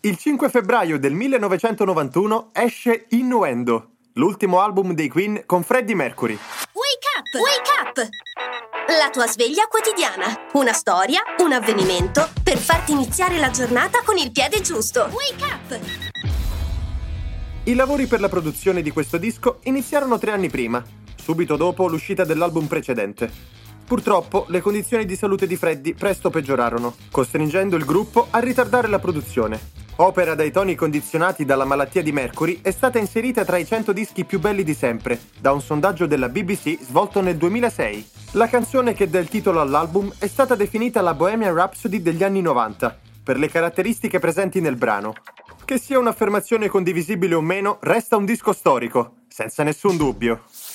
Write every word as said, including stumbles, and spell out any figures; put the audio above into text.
Il cinque febbraio del millenovecentonovantuno esce Innuendo, l'ultimo album dei Queen con Freddie Mercury. Wake up! Wake up! La tua sveglia quotidiana. Una storia, un avvenimento per farti iniziare la giornata con il piede giusto. Wake up! I lavori per la produzione di questo disco iniziarono tre anni prima, subito dopo l'uscita dell'album precedente. Purtroppo, le condizioni di salute di Freddie presto peggiorarono, costringendo il gruppo a ritardare la produzione. Opera dai toni condizionati dalla malattia di Mercury, è stata inserita tra i cento dischi più belli di sempre, da un sondaggio della B B C svolto nel duemilasei. La canzone che dà il titolo all'album è stata definita la Bohemian Rhapsody degli anni novanta, per le caratteristiche presenti nel brano. Che sia un'affermazione condivisibile o meno, resta un disco storico, senza nessun dubbio.